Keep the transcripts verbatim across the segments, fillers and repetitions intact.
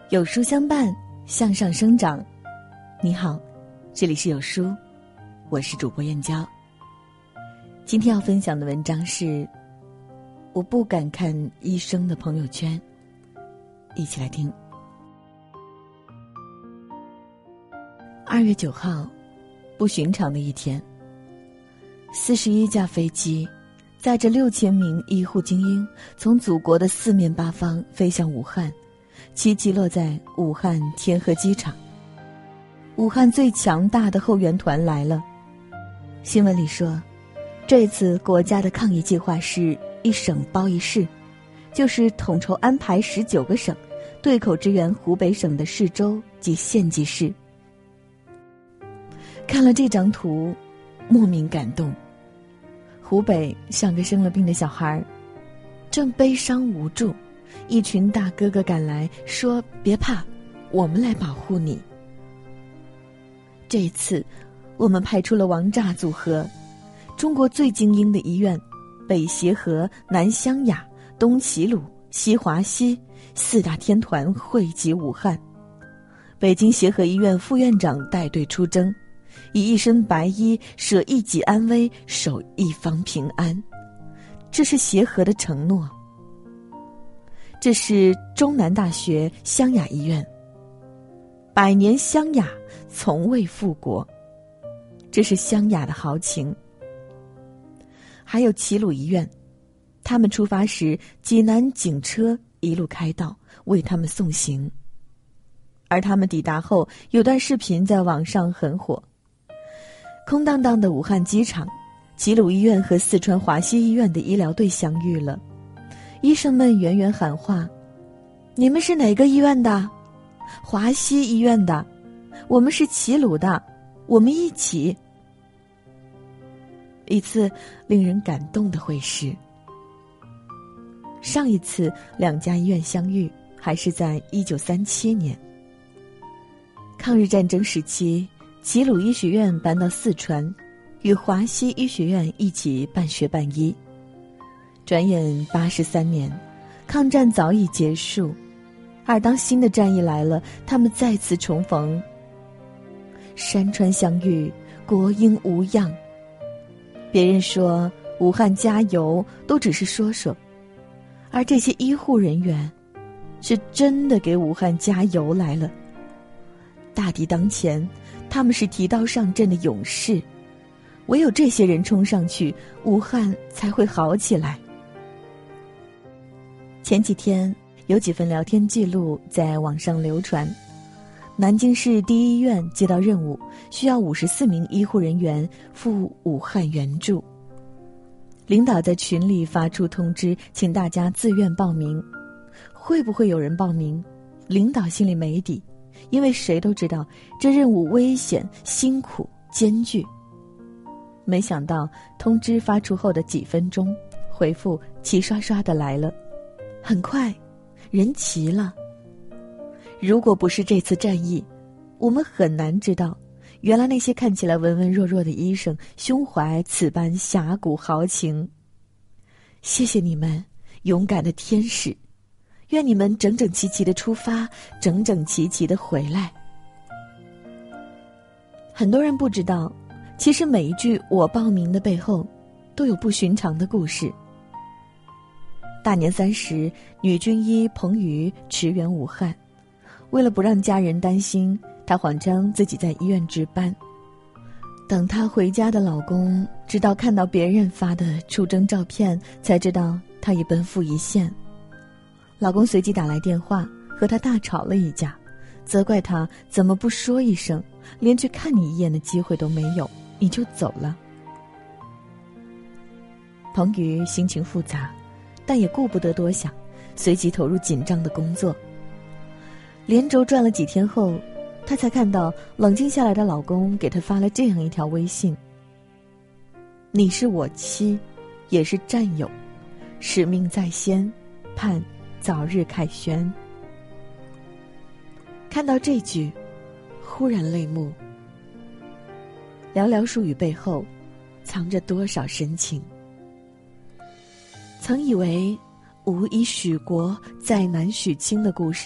有书相伴，向上生长。你好，这里是有书，我是主播燕娇。今天要分享的文章是我不敢看医生的朋友圈，一起来听。二月九号，不寻常的一天，四十一架飞机载着六千名医护精英，从祖国的四面八方飞向武汉，齐齐落在武汉天河机场。武汉最强大的后援团来了。新闻里说，这次国家的抗疫计划是一省包一市，就是统筹安排十九个省对口支援湖北省的市州及县级市。看了这张图，莫名感动。湖北像个生了病的小孩，正悲伤无助，一群大哥哥赶来说，别怕，我们来保护你。这一次我们派出了王炸组合，中国最精英的医院，北协和、南湘雅、东齐鲁、西华西四大天团汇集武汉。北京协和医院副院长带队出征，以一身白衣舍一己安危，守一方平安。这是协和的承诺。这是中南大学湘雅医院，百年湘雅从未复国，这是湘雅的豪情。还有齐鲁医院，他们出发时济南警车一路开道为他们送行，而他们抵达后，有段视频在网上很火。空荡荡的武汉机场，齐鲁医院和四川华西医院的医疗队相遇了。医生们远远喊话，你们是哪个医院的？华西医院的。我们是齐鲁的，我们一起。一次令人感动的会师。上一次两家医院相遇还是在一九三七年。抗日战争时期，齐鲁医学院搬到四川，与华西医学院一起办学办医。转眼八十三年，抗战早已结束，而当新的战役来了，他们再次重逢。山川相遇，国英无恙。别人说武汉加油都只是说说，而这些医护人员是真的给武汉加油来了。大敌当前，他们是提刀上阵的勇士，唯有这些人冲上去，武汉才会好起来。前几天有几份聊天记录在网上流传，南京市第一医院接到任务，需要五十四名医护人员赴武汉援助。领导在群里发出通知，请大家自愿报名。会不会有人报名？领导心里没底，因为谁都知道这任务危险、辛苦、艰巨。没想到通知发出后的几分钟，回复齐刷刷的来了。很快，人齐了。如果不是这次战役，我们很难知道，原来那些看起来文文弱弱的医生，胸怀此般侠骨豪情。谢谢你们，勇敢的天使！愿你们整整齐齐的出发，整整齐齐的回来。很多人不知道，其实每一句我报名的背后，都有不寻常的故事。大年三十，女军医彭瑜驰援武汉，为了不让家人担心，她谎称自己在医院值班。等她回家的老公直到看到别人发的出征照片，才知道她已奔赴一线。老公随即打来电话，和她大吵了一架，责怪她怎么不说一声，连去看你一眼的机会都没有，你就走了。彭瑜心情复杂，但也顾不得多想，随即投入紧张的工作。连轴转了几天后，她才看到冷静下来的老公给她发了这样一条微信：你是我妻，也是战友，使命在先，盼早日凯旋。看到这句，忽然泪目。寥寥数语背后，藏着多少深情。曾以为无以许国，再难许卿的故事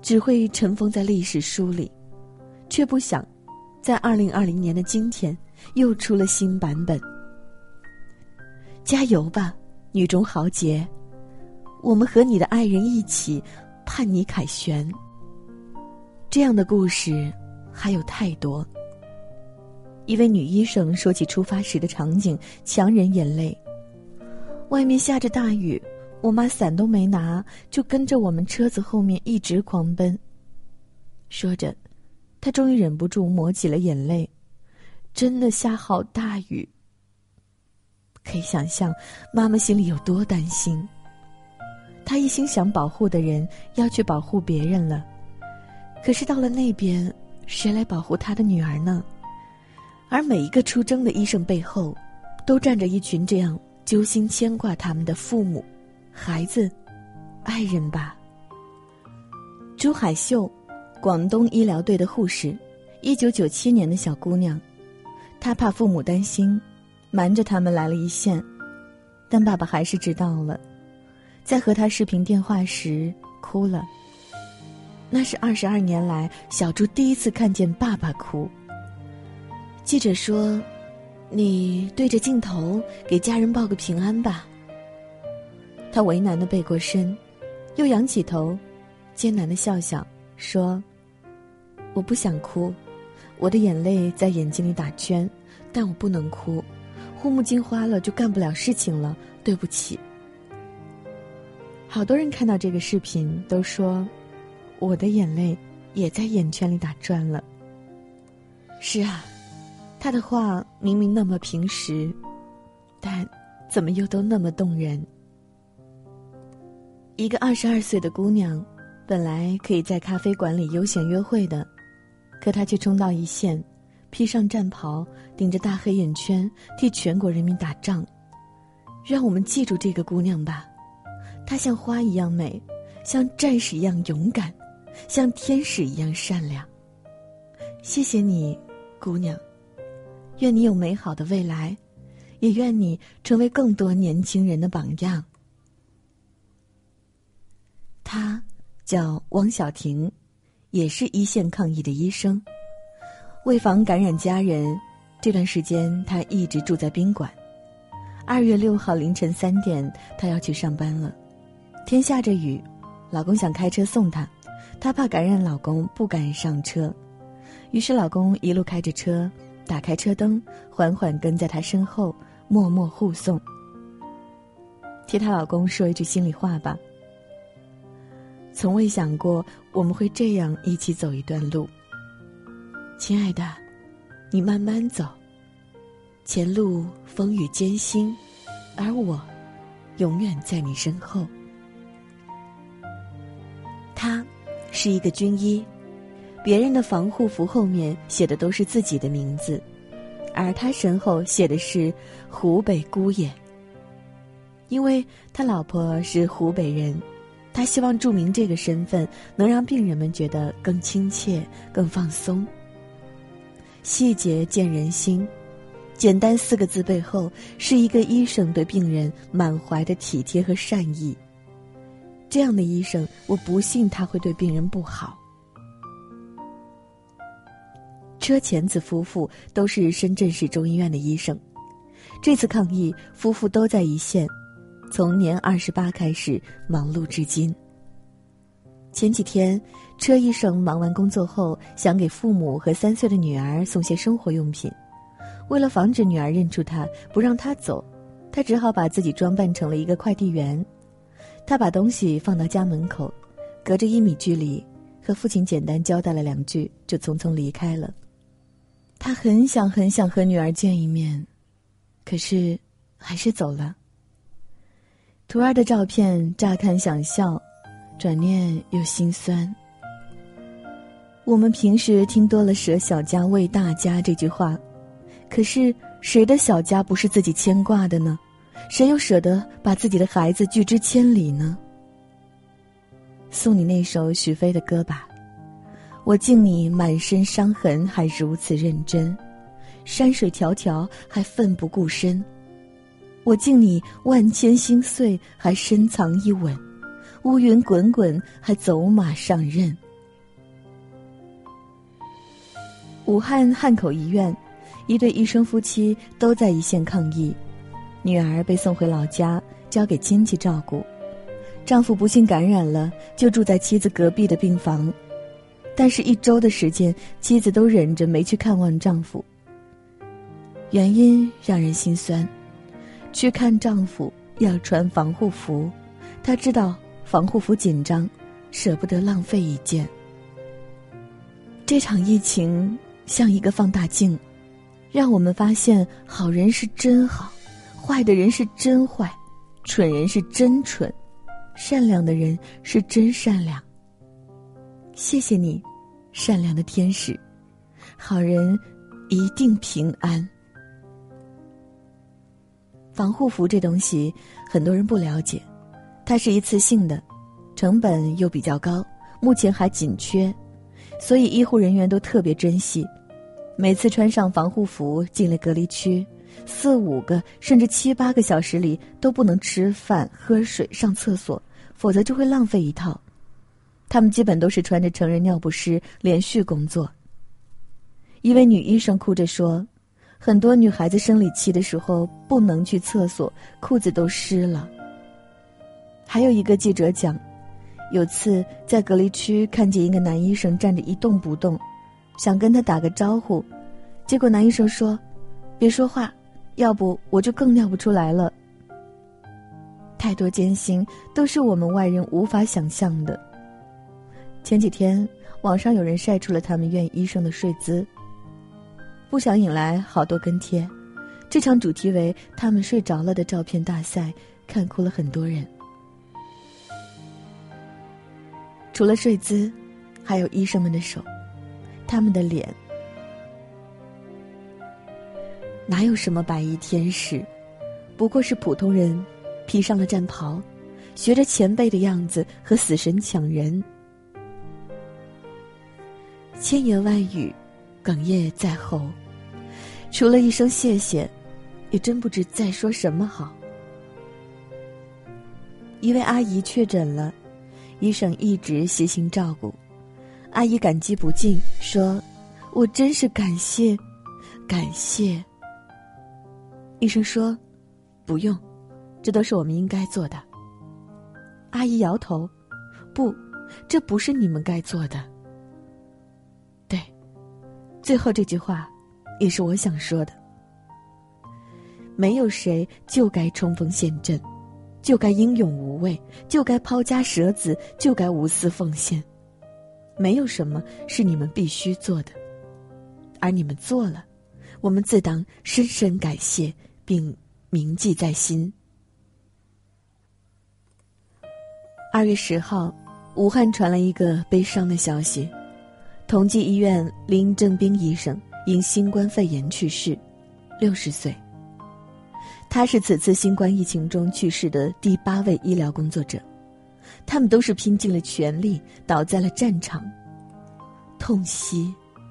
只会尘封在历史书里，却不想在二零二零年的今天又出了新版本。加油吧，女中豪杰，我们和你的爱人一起叛逆凯旋。这样的故事还有太多。一位女医生说起出发时的场景，强忍眼泪。外面下着大雨，我妈伞都没拿，就跟着我们车子后面一直狂奔。说着，她终于忍不住抹起了眼泪。真的下好大雨。可以想象妈妈心里有多担心。她一心想保护的人要去保护别人了，可是到了那边，谁来保护她的女儿呢？而每一个出征的医生背后，都站着一群这样揪心牵挂他们的父母、孩子、爱人吧。朱海秀，广东医疗队的护士，一九九七年的小姑娘。她怕父母担心，瞒着他们来了一线，但爸爸还是知道了，在和他视频电话时哭了。那是二十二年来小朱第一次看见爸爸哭。记者说：“你对着镜头给家人报个平安吧。”他为难地背过身，又仰起头，艰难地笑笑，说：“我不想哭，我的眼泪在眼睛里打圈，但我不能哭。护目镜花了就干不了事情了，对不起。”好多人看到这个视频都说，我的眼泪也在眼圈里打转了。是啊，他的话明明那么平实，但怎么又都那么动人。一个二十二岁的姑娘，本来可以在咖啡馆里悠闲约会的，可她却冲到一线，披上战袍，顶着大黑眼圈，替全国人民打仗。让我们记住这个姑娘吧，她像花一样美，像战士一样勇敢，像天使一样善良。谢谢你，姑娘，愿你有美好的未来，也愿你成为更多年轻人的榜样。她叫汪小婷，也是一线抗疫的医生。为防感染家人，这段时间她一直住在宾馆。二月六号凌晨三点，她要去上班了。天下着雨，老公想开车送她，她怕感染老公，不敢上车。于是老公一路开着车，打开车灯，缓缓跟在她身后，默默护送。替她老公说一句心里话吧，从未想过我们会这样一起走一段路。亲爱的，你慢慢走，前路风雨艰辛，而我永远在你身后。他是一个军医，别人的防护服后面写的都是自己的名字，而他身后写的是湖北姑爷。因为他老婆是湖北人，他希望注明这个身份能让病人们觉得更亲切、更放松。细节见人心，简单四个字背后是一个医生对病人满怀的体贴和善意。这样的医生，我不信他会对病人不好。车前子夫妇都是深圳市中医院的医生，这次抗疫，夫妇都在一线，从年二十八开始忙碌至今。前几天，车医生忙完工作后，想给父母和三岁的女儿送些生活用品。为了防止女儿认出他，不让他走，他只好把自己装扮成了一个快递员。他把东西放到家门口，隔着一米距离，和父亲简单交代了两句，就匆匆离开了。他很想很想和女儿见一面，可是还是走了。徒儿的照片乍看想笑，转念又心酸。我们平时听多了舍小家为大家这句话，可是谁的小家不是自己牵挂的呢？谁又舍得把自己的孩子拒之千里呢？送你那首许飞的歌吧，我敬你满身伤痕还如此认真，山水迢迢还奋不顾身，我敬你万千心碎还深藏一吻，乌云滚滚还走马上任。 武汉汉口医院，一对医生夫妻都在一线抗疫，女儿被送回老家，交给亲戚照顾。丈夫不幸感染了，就住在妻子隔壁的病房。但是一周的时间，妻子都忍着没去看望丈夫。原因让人心酸，去看丈夫要穿防护服，她知道防护服紧张，舍不得浪费一件。这场疫情像一个放大镜，让我们发现好人是真好，坏的人是真坏，蠢人是真蠢，善良的人是真善良。谢谢你，善良的天使，好人一定平安。防护服这东西很多人不了解，它是一次性的，成本又比较高，目前还紧缺，所以医护人员都特别珍惜。每次穿上防护服进了隔离区，四五个甚至七八个小时里都不能吃饭、喝水、上厕所，否则就会浪费一套。他们基本都是穿着成人尿不湿连续工作。一位女医生哭着说，很多女孩子生理期的时候不能去厕所，裤子都湿了。还有一个记者讲，有次在隔离区看见一个男医生站着一动不动，想跟他打个招呼，结果男医生说，别说话，要不我就更尿不出来了。太多艰辛都是我们外人无法想象的。前几天网上有人晒出了他们院医生的睡姿，不想引来好多跟帖。这场主题为他们睡着了的照片大赛，看哭了很多人。除了睡姿，还有医生们的手，他们的脸。哪有什么白衣天使，不过是普通人披上了战袍，学着前辈的样子和死神抢人。千言万语，哽咽在喉，除了一声谢谢，也真不知再说什么好。一位阿姨确诊了，医生一直悉心照顾，阿姨感激不尽，说，我真是感谢感谢。医生说，不用，这都是我们应该做的。阿姨摇头，不，这不是你们该做的。对，最后这句话也是我想说的。没有谁就该冲锋陷阵，就该英勇无畏，就该抛家舍子，就该无私奉献。没有什么是你们必须做的，而你们做了，我们自当深深感谢并铭记在心。二月十号，武汉传来一个悲伤的消息，同济医院林正兵医生因新冠肺炎去世，六十岁。他是此次新冠疫情中去世的第八位医疗工作者，他们都是拼尽了全力，倒在了战场，痛惜。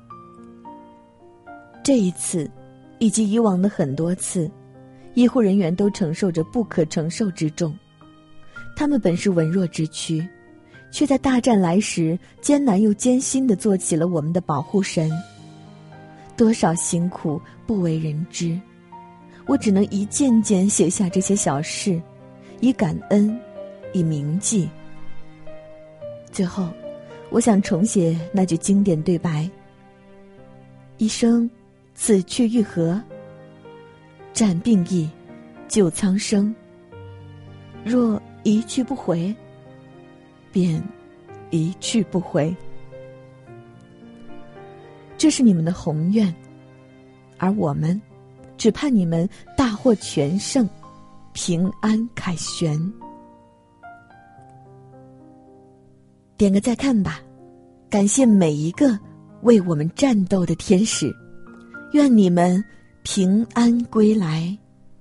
这一次以及以往的很多次，医护人员都承受着不可承受之重，他们本是文弱之躯，却在大战来时艰难又艰辛地做起了我们的保护神。多少辛苦不为人知，我只能一件件写下这些小事，以感恩，以铭记。最后，我想重写那句经典对白：医生，此去欲何？战病疫，救苍生。若一去不回，便一去不回。这是你们的宏愿，而我们只盼你们大获全胜，平安凯旋。点个再看吧，感谢每一个为我们战斗的天使，愿你们平安归来。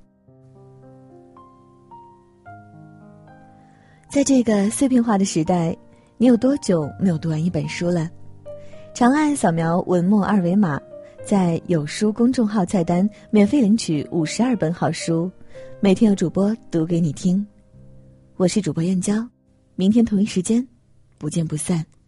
在这个碎片化的时代，你有多久没有读完一本书了？长按扫描文末二维码，在有书公众号菜单免费领取五十二本好书，每天有主播读给你听。我是主播燕娇，明天同一时间不见不散。